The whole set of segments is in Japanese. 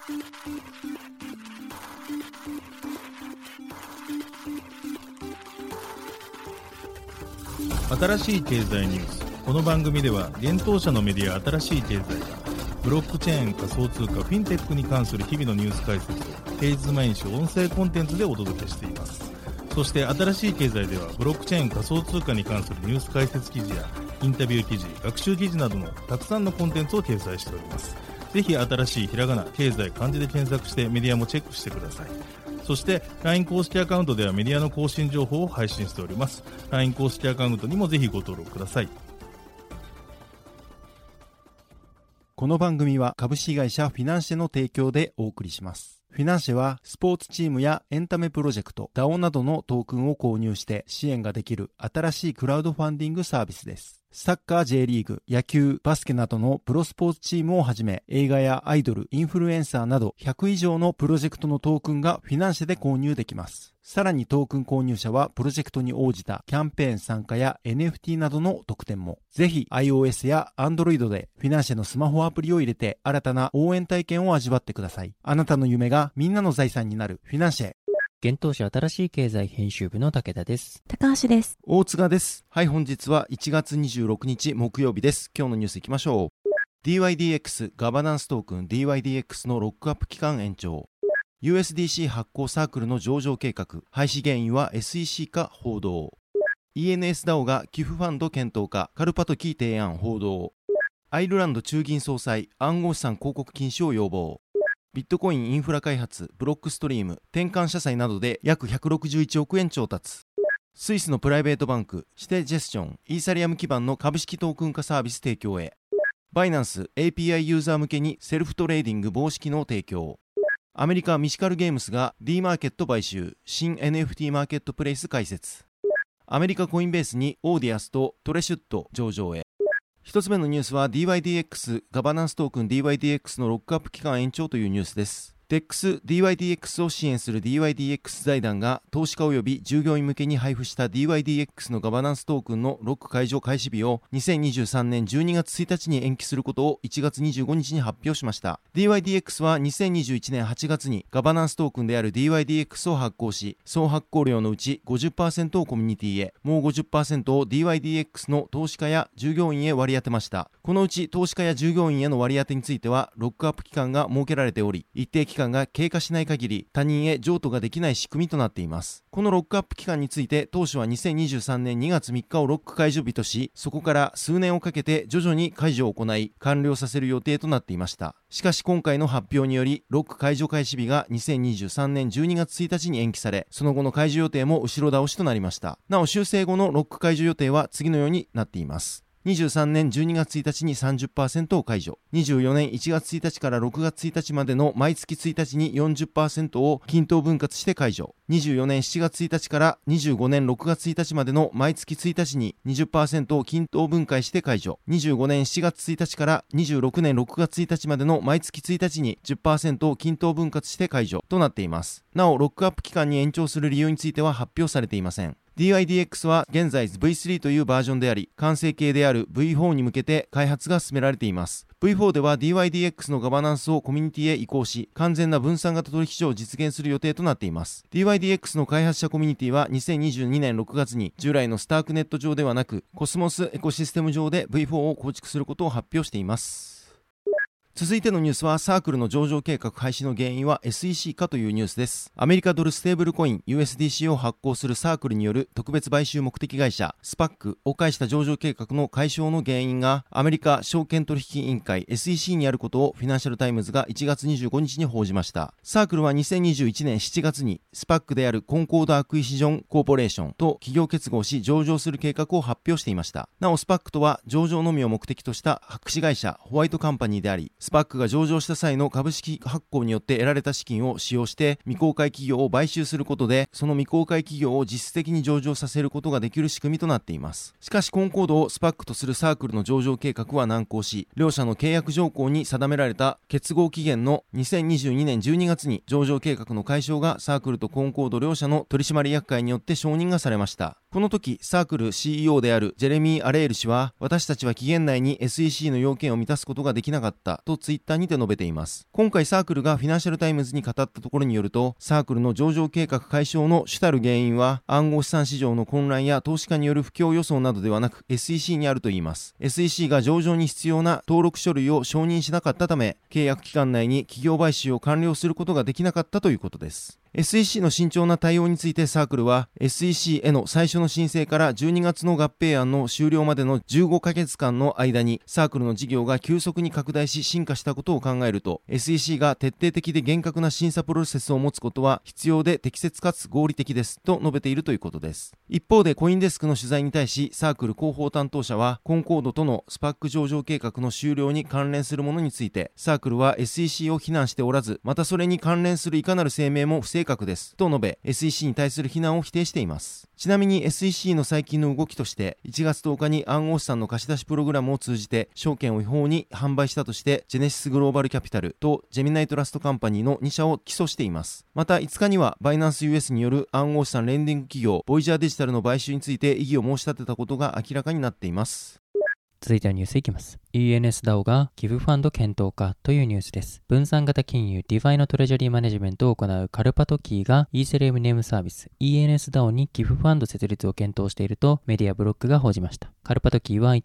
新しい経済ニュース。この番組では現当社のメディア新しい経済がブロックチェーン、仮想通貨、フィンテックに関する日々のニュース解説を平日毎日音声コンテンツでお届けしています。そして新しい経済ではブロックチェーン、仮想通貨に関するニュース解説記事やインタビュー記事、学習記事などのたくさんのコンテンツを掲載しております。ぜひ新しいひらがな、経済、漢字で検索してメディアもチェックしてください。そして LINE 公式アカウントではメディアの更新情報を配信しております。 LINE 公式アカウントにもぜひご登録ください。 この番組は株式会社フィナンシェの提供でお送りします。フィナンシェはスポーツチームやエンタメプロジェクト、DAO などのトークンを購入して支援ができる新しいクラウドファンディングサービスです。サッカー J リーグ、野球、バスケなどのプロスポーツチームをはじめ、映画やアイドル、インフルエンサーなど100以上のプロジェクトのトークンがフィナンシェで購入できます。さらにトークン購入者はプロジェクトに応じたキャンペーン参加や NFT などの特典も。ぜひ iOS や Android でフィナンシェのスマホアプリを入れて新たな応援体験を味わってください。あなたの夢がみんなの財産になるフィナンシェ。 現当社新しい経済編集部の武田です。 高橋です。 大塚です。はい、本日は1月26日木曜日です。今日のニュースいきましょう。DYDX ガバナンストークン DYDX のロックアップ期間延長。USDC 発行サークルの上場計画。廃止原因は SEC か報道。ENSDAO が寄付ファンド検討か。カルパトキー提案報道。アイルランド中銀総裁暗号資産広告禁止を要望。ビットコインインフラ開発、ブロックストリーム、転換社債などで約161億円調達。スイスのプライベートバンク、シテジェスチョン、イーサリアム基盤の株式トークン化サービス提供へ。バイナンス、API ユーザー向けにセルフトレーディング防止機能提供。アメリカミシカルゲームスが D マーケット買収、新 NFT マーケットプレイス開設。アメリカコインベースにオーディアスとトレシュット上場へ。一つ目のニュースは DYDX ガバナンストークン DYDX のロックアップ期間延長というニュースです。DEX DYDX を支援する DYDX 財団が投資家及び従業員向けに配布した DYDX のガバナンストークンのロック解除開始日を2023年12月1日に延期することを1月25日に発表しました。 DYDX は2021年8月にガバナンストークンである DYDX を発行し、総発行量のうち 50% をコミュニティへ、もう 50% を DYDX の投資家や従業員へ割り当てました。このうち投資家や従業員への割り当てについてはロックアップ期間が設けられており、一定期間が経過しない限り他人へ譲渡ができない仕組みとなっています。このロックアップ期間について当初は2023年2月3日をロック解除日とし、そこから数年をかけて徐々に解除を行い完了させる予定となっていました。しかし今回の発表によりロック解除開始日が2023年12月1日に延期され、その後の解除予定も後ろ倒しとなりました。なお修正後のロック解除予定は次のようになっています。23年12月1日に 30% を解除。24年1月1日から6月1日までの毎月1日に 40% を均等分割して解除。24年7月1日から25年6月1日までの毎月1日に 20% を均等分解して解除。25年7月1日から26年6月1日までの毎月1日に 10% を均等分割して解除となっています。なお、ロックアップ期間に延長する理由については発表されていません。DYDX は現在 V3 というバージョンであり、完成形である V4 に向けて開発が進められています。V4 では DYDX のガバナンスをコミュニティへ移行し、完全な分散型取引所を実現する予定となっています。DYDX の開発者コミュニティは2022年6月に従来のスタークネット上ではなく、コスモスエコシステム上で V4 を構築することを発表しています。続いてのニュースはサークルの上場計画廃止の原因は SEC かというニュースです。アメリカドルステーブルコイン USDC を発行するサークルによる特別買収目的会社 SPAC を介した上場計画の解消の原因がアメリカ証券取引委員会 SEC にあることをフィナンシャルタイムズが1月25日に報じました。サークルは2021年7月に SPAC であるコンコードアクイシジョンコーポレーションと企業結合し上場する計画を発表していました。なお SPAC とは上場のみを目的とした白紙会社ホワイトカンパニーであり、SPAC が上場した際の株式発行によって得られた資金を使用して未公開企業を買収することで、その未公開企業を実質的に上場させることができる仕組みとなっています。しかしコンコードを SPAC とするサークルの上場計画は難航し、両社の契約条項に定められた結合期限の2022年12月に上場計画の解消がサークルとコンコード両社の取締役会によって承認がされました。この時サークル CEO であるジェレミー・アレール氏は、私たちは期限内に SEC の要件を満たすことができなかったととツイッターにて述べています。今回サークルがフィナンシャルタイムズに語ったところによると、サークルの上場計画解消の主たる原因は暗号資産市場の混乱や投資家による不況予想などではなく SEC にあるといいます。 SEC が上場に必要な登録書類を承認しなかったため、契約期間内に企業買収を完了することができなかったということです。SEC の慎重な対応についてサークルは SEC への最初の申請から12月の合併案の終了までの15ヶ月間の間にサークルの事業が急速に拡大し進化したことを考えると SEC が徹底的で厳格な審査プロセスを持つことは必要で適切かつ合理的ですと述べているということです。一方でコインデスクの取材に対しサークル広報担当者はコンコードとのスパック上場計画の終了に関連するものについてサークルは SEC を非難しておらず、またそれに関連するいかなる声明も不正確ですと述べ SEC に対する非難を否定しています。ちなみに SEC の最近の動きとして1月10日に暗号資産の貸し出しプログラムを通じて証券を違法に販売したとしてジェネシスグローバルキャピタルとジェミナイトラストカンパニーの2社を起訴しています。また5日にはバイナンス US による暗号資産レンディング企業ボイジャーデジタルの買収について異議を申し立てたことが明らかになっています。 続いてはニュースいきます。ENSDAO が寄付ファンド検討かというニュースです。分散型金融 DeFi のトレジャリーマネジメントを行うカルパトキーがイーセリウムネームサービス ENSDAO に寄付ファンド設立を検討しているとメディアブロックが報じました。カルパトキーは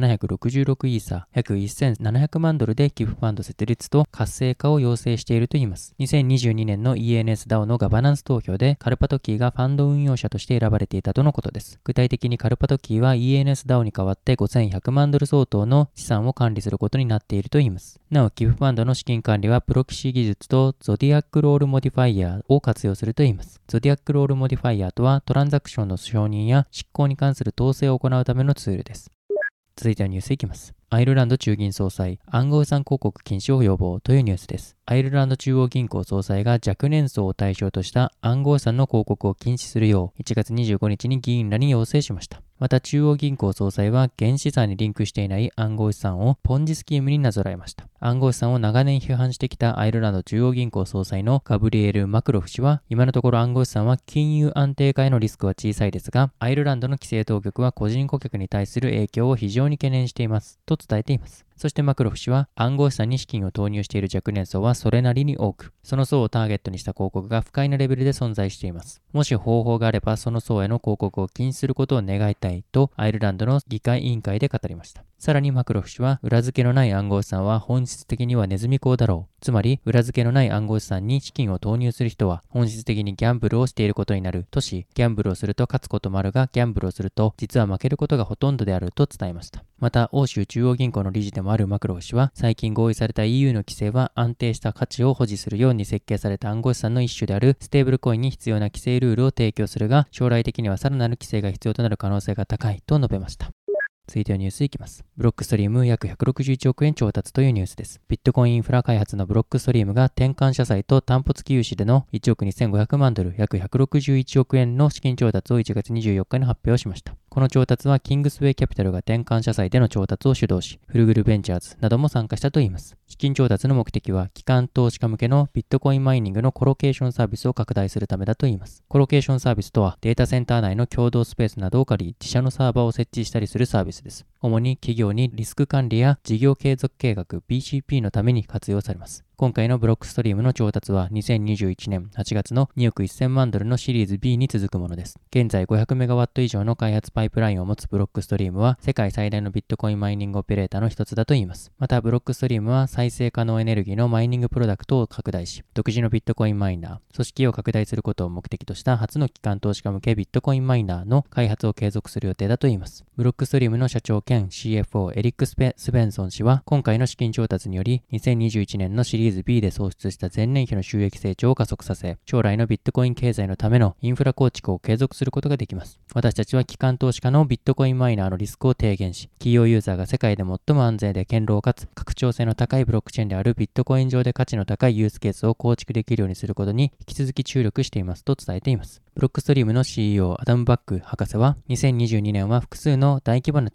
1766イーサ約1700万ドルで寄付ファンド設立と活性化を要請しているといいます。2022年の ENSDAO のガバナンス投票でカルパトキーがファンド運用者として選ばれていたとのことです。具体的にカルパトキーは ENSDAO に代わって5100万ドル相当の資産を管理することになっているといいます。なお、寄付ファンドの資金管理はプロキシ技術とゾディアックロールモディファイヤーを活用するといいます。ゾディアックロールモディファイヤーとはトランザクションの承認や執行に関する統制を行うためのツールです。続いてはニュースいきます。アイルランド中銀総裁、暗号資産広告禁止を要望というニュースです。アイルランド中央銀行総裁が若年層を対象とした暗号資産の広告を禁止するよう1月25日に議員らに要請しました。また中央銀行総裁は原資産にリンクしていない暗号資産をポンジスキームになぞらえました。暗号資産を長年批判してきたアイルランド中央銀行総裁のガブリエル・マクロフ氏は、今のところ暗号資産は金融安定化へのリスクは小さいですが、アイルランドの規制当局は個人顧客に対する影響を非常に懸念していますと伝えています。そしてマクロフ氏は、暗号資産に資金を投入している若年層はそれなりに多く、その層をターゲットにした広告が不快なレベルで存在しています。もし方法があればその層への広告を禁止することを願いたいとアイルランドの議会委員会で語りました。さらにマクロフ氏は、裏付けのない暗号資産は本質的にはネズミ講だろう。つまり、裏付けのない暗号資産に資金を投入する人は本質的にギャンブルをしていることになるとし、ギャンブルをすると勝つこともあるが、ギャンブルをすると実は負けることがほとんどであると伝えました。また、欧州中央銀行の理事でもあるマクロフ氏は、最近合意された EU の規制は安定した価値を保持するように設計された暗号資産の一種であるステーブルコインに必要な規制ルールを提供するが、将来的にはさらなる規制が必要となる可能性が高いと述べました。続いてはニュースいきます。ブロックストリーム約161億円調達というニュースです。ビットコインインフラ開発のブロックストリームが転換社債と担保付き融資での1億2500万ドル約161億円の資金調達を1月24日に発表しました。この調達はキングスウェイキャピタルが転換社債での調達を主導し、フルグルベンチャーズなども参加したといいます。資金調達の目的は、機関投資家向けのビットコインマイニングのコロケーションサービスを拡大するためだといいます。コロケーションサービスとは、データセンター内の共同スペースなどを借り、自社のサーバーを設置したりするサービスです。主に企業にリスク管理や事業継続計画 BCP のために活用されます。今回のブロックストリームの調達は2021年8月の2億1000万ドルのシリーズ B に続くものです。現在500メガワット以上の開発パイプラインを持つブロックストリームは世界最大のビットコインマイニングオペレーターの一つだといいます。またブロックストリームは再生可能エネルギーのマイニングプロダクトを拡大し、独自のビットコインマイナー、組織を拡大することを目的とした初の機関投資家向けビットコインマイナーの開発を継続する予定だといいます。ブロックストリームの社長兼 CFO エリック・スベンソン氏は、今回の資金調達により2021年のシリーズ B で創出した前年比の収益成長を加速させ、将来のビットコイン経済のためのインフラ構築を継続することができます。私たちは機関投資家のビットコインマイナーのリスクを低減し、企業ユーザーが世界で最も安全で堅牢かつ拡張性の高いブロックチェーンであるビットコイン上で価値の高いユースケースを構築できるようにすることに引き続き注力していますと伝えています。ブロックストリームの CEO アダム・バック博士は、2022年は複数の大規模な中央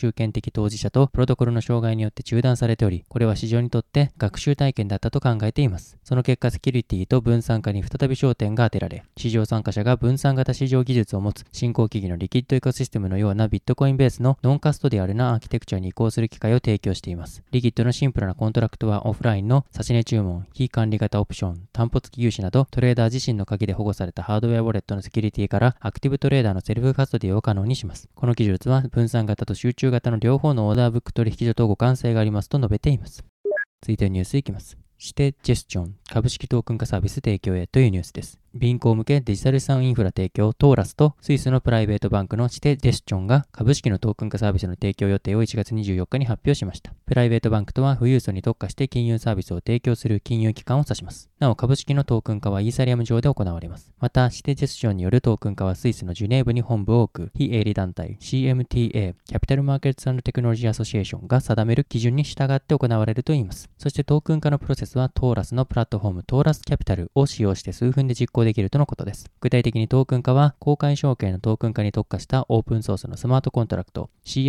集権的当事者とプロトコルの障害によって中断されており、これは市場にとって学習体験だったと考えています。その結果、セキュリティと分散化に再び焦点が当てられ、市場参加者が分散型市場技術を持つ新興企業のリキッドエコシステムのようなビットコインベースのノンカストディアルなアーキテクチャに移行する機会を提供しています。リキッドのシンプルなコントラクトはオフラインの差し値注文、非管理型オプション、担保付き融資などトレーダー自身の鍵で保護されたハードウェアウォレットのセキュリティからアクティブトレーダーのセルフカストディを可能にします。この技術は分散型と集中型の両方のオーダーブック取引所と互換性がありますと述べています。続いてニュースいきます。指定ジェスチョン株式トークン化サービス提供へというニュースです。銀行向けデジタル資産インフラ提供トーラスとスイスのプライベートバンクの指定ジェスチョンが株式のトークン化サービスの提供予定を1月24日に発表しました。プライベートバンクとは富裕層に特化して金融サービスを提供する金融機関を指します。なお株式のトークン化はイーサリアム上で行われます。また指定ジェスチョンによるトークン化はスイスのジュネーブに本部を置く非営利団体 CMTA キャピタルマーケッツ&テクノロジーアソシエーションが定める基準に従って行われるといいます。そしてトークン化のプロセスはトーラスのプラットフォームトーラスキャピタルを使用して数分で実行できるとのことです。具体的にトークン化は公開証券のトークン化に特化したオープンソースのスマートコントラクト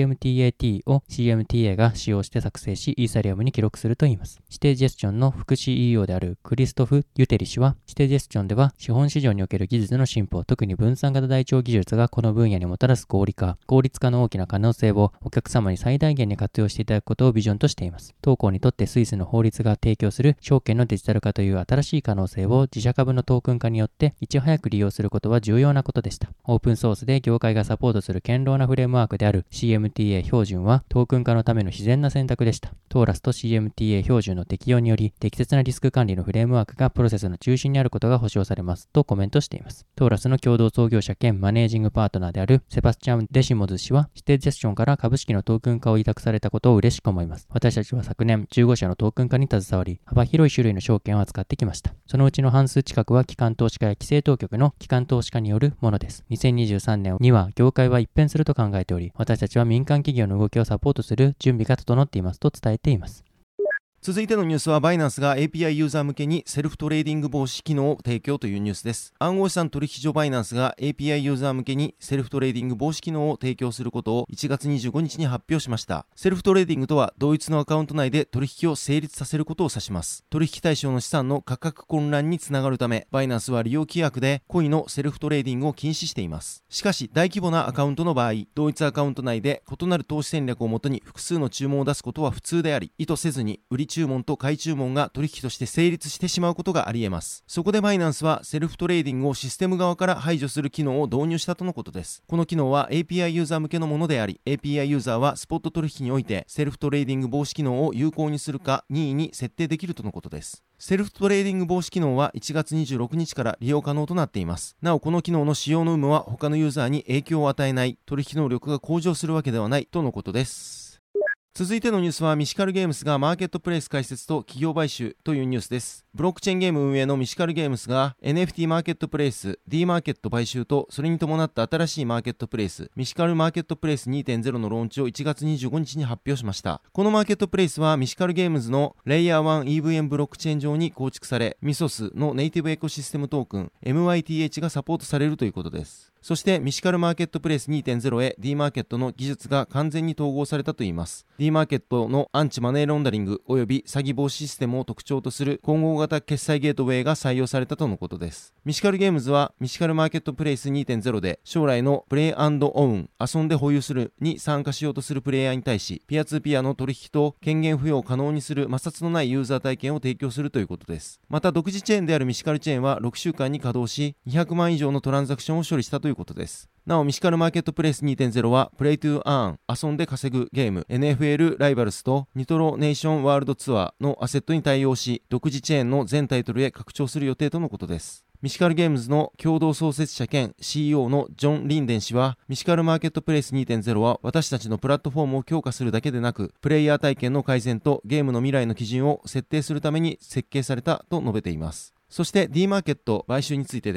CMTAT を CMTA が使用して作成しイーサリアムに記録するといいます。指定ジェスチョンの副 CEO であるクリストフ・ユテリ氏は指定ジェスチョンでは資本市場における技術の進歩、特に分散型台帳技術がこの分野にもたらす合理化、効率化の大きな可能性をお客様に最大限に活用していただくことをビジョンとしています。当行にとってスイスの法律が提供する証券のデジタル化という新しい可能性を自社株のトークン化によっていち早く利用することは重要なことでした。オープンソースで業界がサポートする堅牢なフレームワークである CMTA 標準はトークン化のための自然な選択でした。トーラスと CMTA 標準の適用により適切なリスク管理のフレームワークがプロセスの中心にあることが保証されますとコメントしています。トーラスの共同創業者兼マネージングパートナーであるセバスチャン・デシモズ氏は指定ジェスチョンから株式のトークン化を委託されたことを嬉しく思います。私たちは昨年15社のトークン化に携わり幅広い種類の証券を扱ってきました。そのうちの半数近くは機関投資家や規制当局の機関投資家によるものです。2023年には業界は一変すると考えており、私たちは民間企業の動きをサポートする準備が整っていますと伝えています。 続いてのニュースはバイナンスが API ユーザー向けにセルフトレーディング防止機能を提供というニュースです。暗号資産取引所バイナンスが API ユーザー向けにセルフトレーディング防止機能を提供することを1月25日に発表しました。セルフトレーディングとは同一のアカウント内で取引を成立させることを指します。取引対象の資産の価格混乱につながるため、バイナンスは利用規約でコイのセルフトレーディングを禁止しています。しかし大規模なアカウントの場合、同一アカウント内で異なる投資戦略をもとに複数の注文を出すことは普通であり、意図せずに売り注文と買い注文が取引として成立してしまうことがあり得ます。そこでバイナンスはセルフトレーディングをシステム側から排除する機能を導入したとのことです。この機能は API ユーザー向けのものであり、 API ユーザーはスポット取引においてセルフトレーディング防止機能を有効にするか任意に設定できるとのことです。セルフトレーディング防止機能は1月26日から利用可能となっています。なおこの機能の使用の有無は他のユーザーに影響を与えない、取引能力が向上するわけではないとのことです。続いてのニュースはミシカルゲームスがマーケットプレイス開設と企業買収というニュースです。ブロックチェーンゲーム運営のミシカルゲームスが NFT マーケットプレイス D マーケット買収とそれに伴った新しいマーケットプレイスミシカルマーケットプレイス 2.0 のローンチを1月25日に発表しました。このマーケットプレイスはミシカルゲームズのレイヤー1 EVM ブロックチェーン上に構築され、ミソスのネイティブエコシステムトークン MITH がサポートされるということです。そしてミシカルマーケットプレイス 2.0 へ D マーケットの技術が完全に統合されたといいます。 D マーケットのアンチマネーロンダリングおよび詐欺防止システムを特徴とする混合型決済ゲートウェイが採用されたとのことです。ミシカルゲームズはミシカルマーケットプレイス 2.0 で将来のプレイ&オン遊んで保有するに参加しようとするプレイヤーに対し、ピアツーピアの取引と権限付与を可能にする摩擦のないユーザー体験を提供するということです。また独自チェーンであるミシカルチェーンは6週間に稼働し200万以上のトランザクションを処理したということです。なおミシカルマーケットプレイス 2.0 はプレイトゥーアーン遊んで稼ぐゲーム NFL ライバルスとニトロネーションワールドツアーのアセットに対応し、独自チェーンの全タイトルへ拡張する予定とのことです。ミシカルゲームズの共同創設者兼 CEO のジョン・リンデン氏は、ミシカルマーケットプレイス 2.0 は私たちのプラットフォームを強化するだけでなく、プレイヤー体験の改善とゲームの未来の基準を設定するために設計されたと述べています。そして D マーケット買収についてです。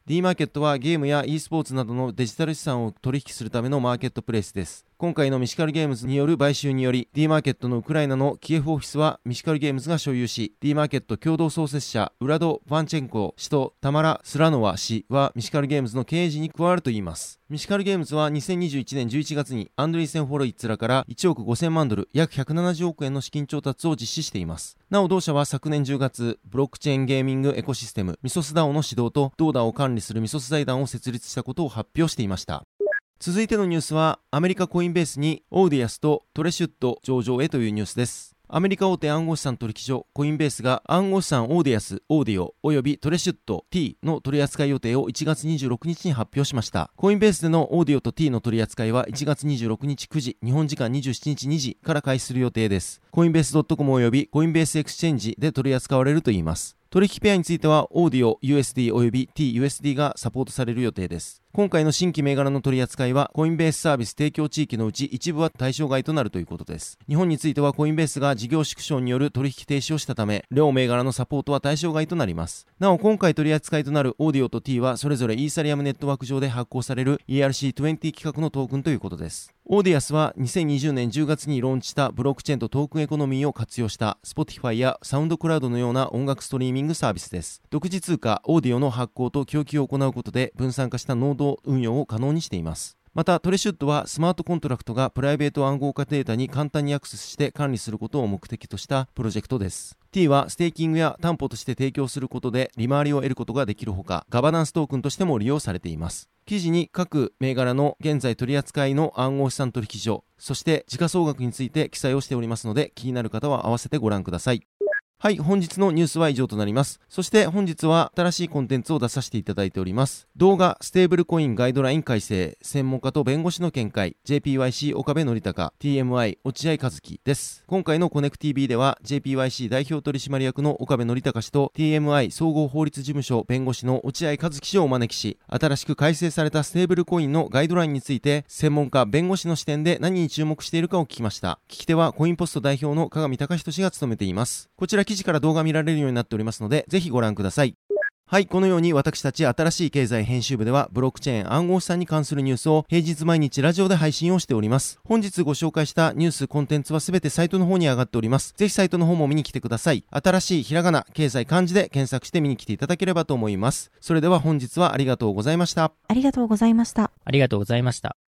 D マーケットはゲームや e スポーツなどのデジタル資産を取引するためのマーケットプレイスです。今回のミシカルゲームズによる買収により D マーケットのウクライナのキエフオフィスはミシカルゲームズが所有し、 D マーケット共同創設者ウラド・ヴァンチェンコ氏とタマラ・スラノワ氏はミシカルゲームズの経営陣に加わるといいます。ミシカルゲームズは2021年11月にアンドリーセン・ホロイッツらから1億5000万ドル約170億円の資金調達を実施しています。なお同社は昨年10月ブロックチェーンゲーミングエコシステムミソス DAO の指導と同 DAO を管理するミソス財団を設立したことを発表していました。続いてのニュースはアメリカコインベースにオーディアスとトレシュット上場へというニュースです。アメリカ大手暗号資産取引所コインベースが暗号資産オーディアス、オーディオおよびトレシュット T の取扱い予定を1月26日に発表しました。コインベースでのオーディオと T の取扱いは1月26日9時、日本時間27日2時から開始する予定です。コインベース .com およびコインベースエクスチェンジで取り扱われるといいます。取引ペアについてはオーディオ USD および TUSD がサポートされる予定です。今回の新規銘柄の取り扱いはコインベースサービス提供地域のうち一部は対象外となるということです。日本についてはコインベースが事業縮小による取引停止をしたため、両銘柄のサポートは対象外となります。なお今回取り扱いとなるオーディオと T はそれぞれイーサリアムネットワーク上で発行される ERC20 規格のトークンということです。オーディアスは2020年10月にローンチしたブロックチェーンとトークンエコノミーを活用した Spotify やサウンドクラウドのような音楽ストリーミングサービスです。独自通貨オーディオの発行と供給を行うことで分散化したノード運用を可能にしています。またトレシュットはスマートコントラクトがプライベート暗号化データに簡単にアクセスして管理することを目的としたプロジェクトです。 T はステーキングや担保として提供することで利回りを得ることができるほか、ガバナンストークンとしても利用されています。記事に各銘柄の現在取り扱いの暗号資産取引所、そして時価総額について記載をしておりますので、気になる方は合わせてご覧ください。はい、本日のニュースは以上となります。そして本日は新しいコンテンツを出させていただいております。動画ステーブルコインガイドライン改正、専門家と弁護士の見解、 JPYC 岡部則孝、 TMI 落合和樹です。今回のコネク TV では JPYC 代表取締役の岡部則孝氏と TMI 総合法律事務所弁護士の落合和樹氏をお招きし、新しく改正されたステーブルコインのガイドラインについて専門家弁護士の視点で何に注目しているかを聞きました。聞き手はコインポスト代表の鏡隆人氏が務めています。こちら記事から動画見られるようになっておりますので、ぜひご覧ください。はい、このように私たち新しい経済編集部ではブロックチェーン暗号資産に関するニュースを平日毎日ラジオで配信をしております。本日ご紹介したニュースコンテンツはすべてサイトの方に上がっております。ぜひサイトの方も見に来てください。新しいひらがな、経済漢字で検索して見に来ていただければと思います。それでは本日はありがとうございました。 ありがとうございました。 ありがとうございました。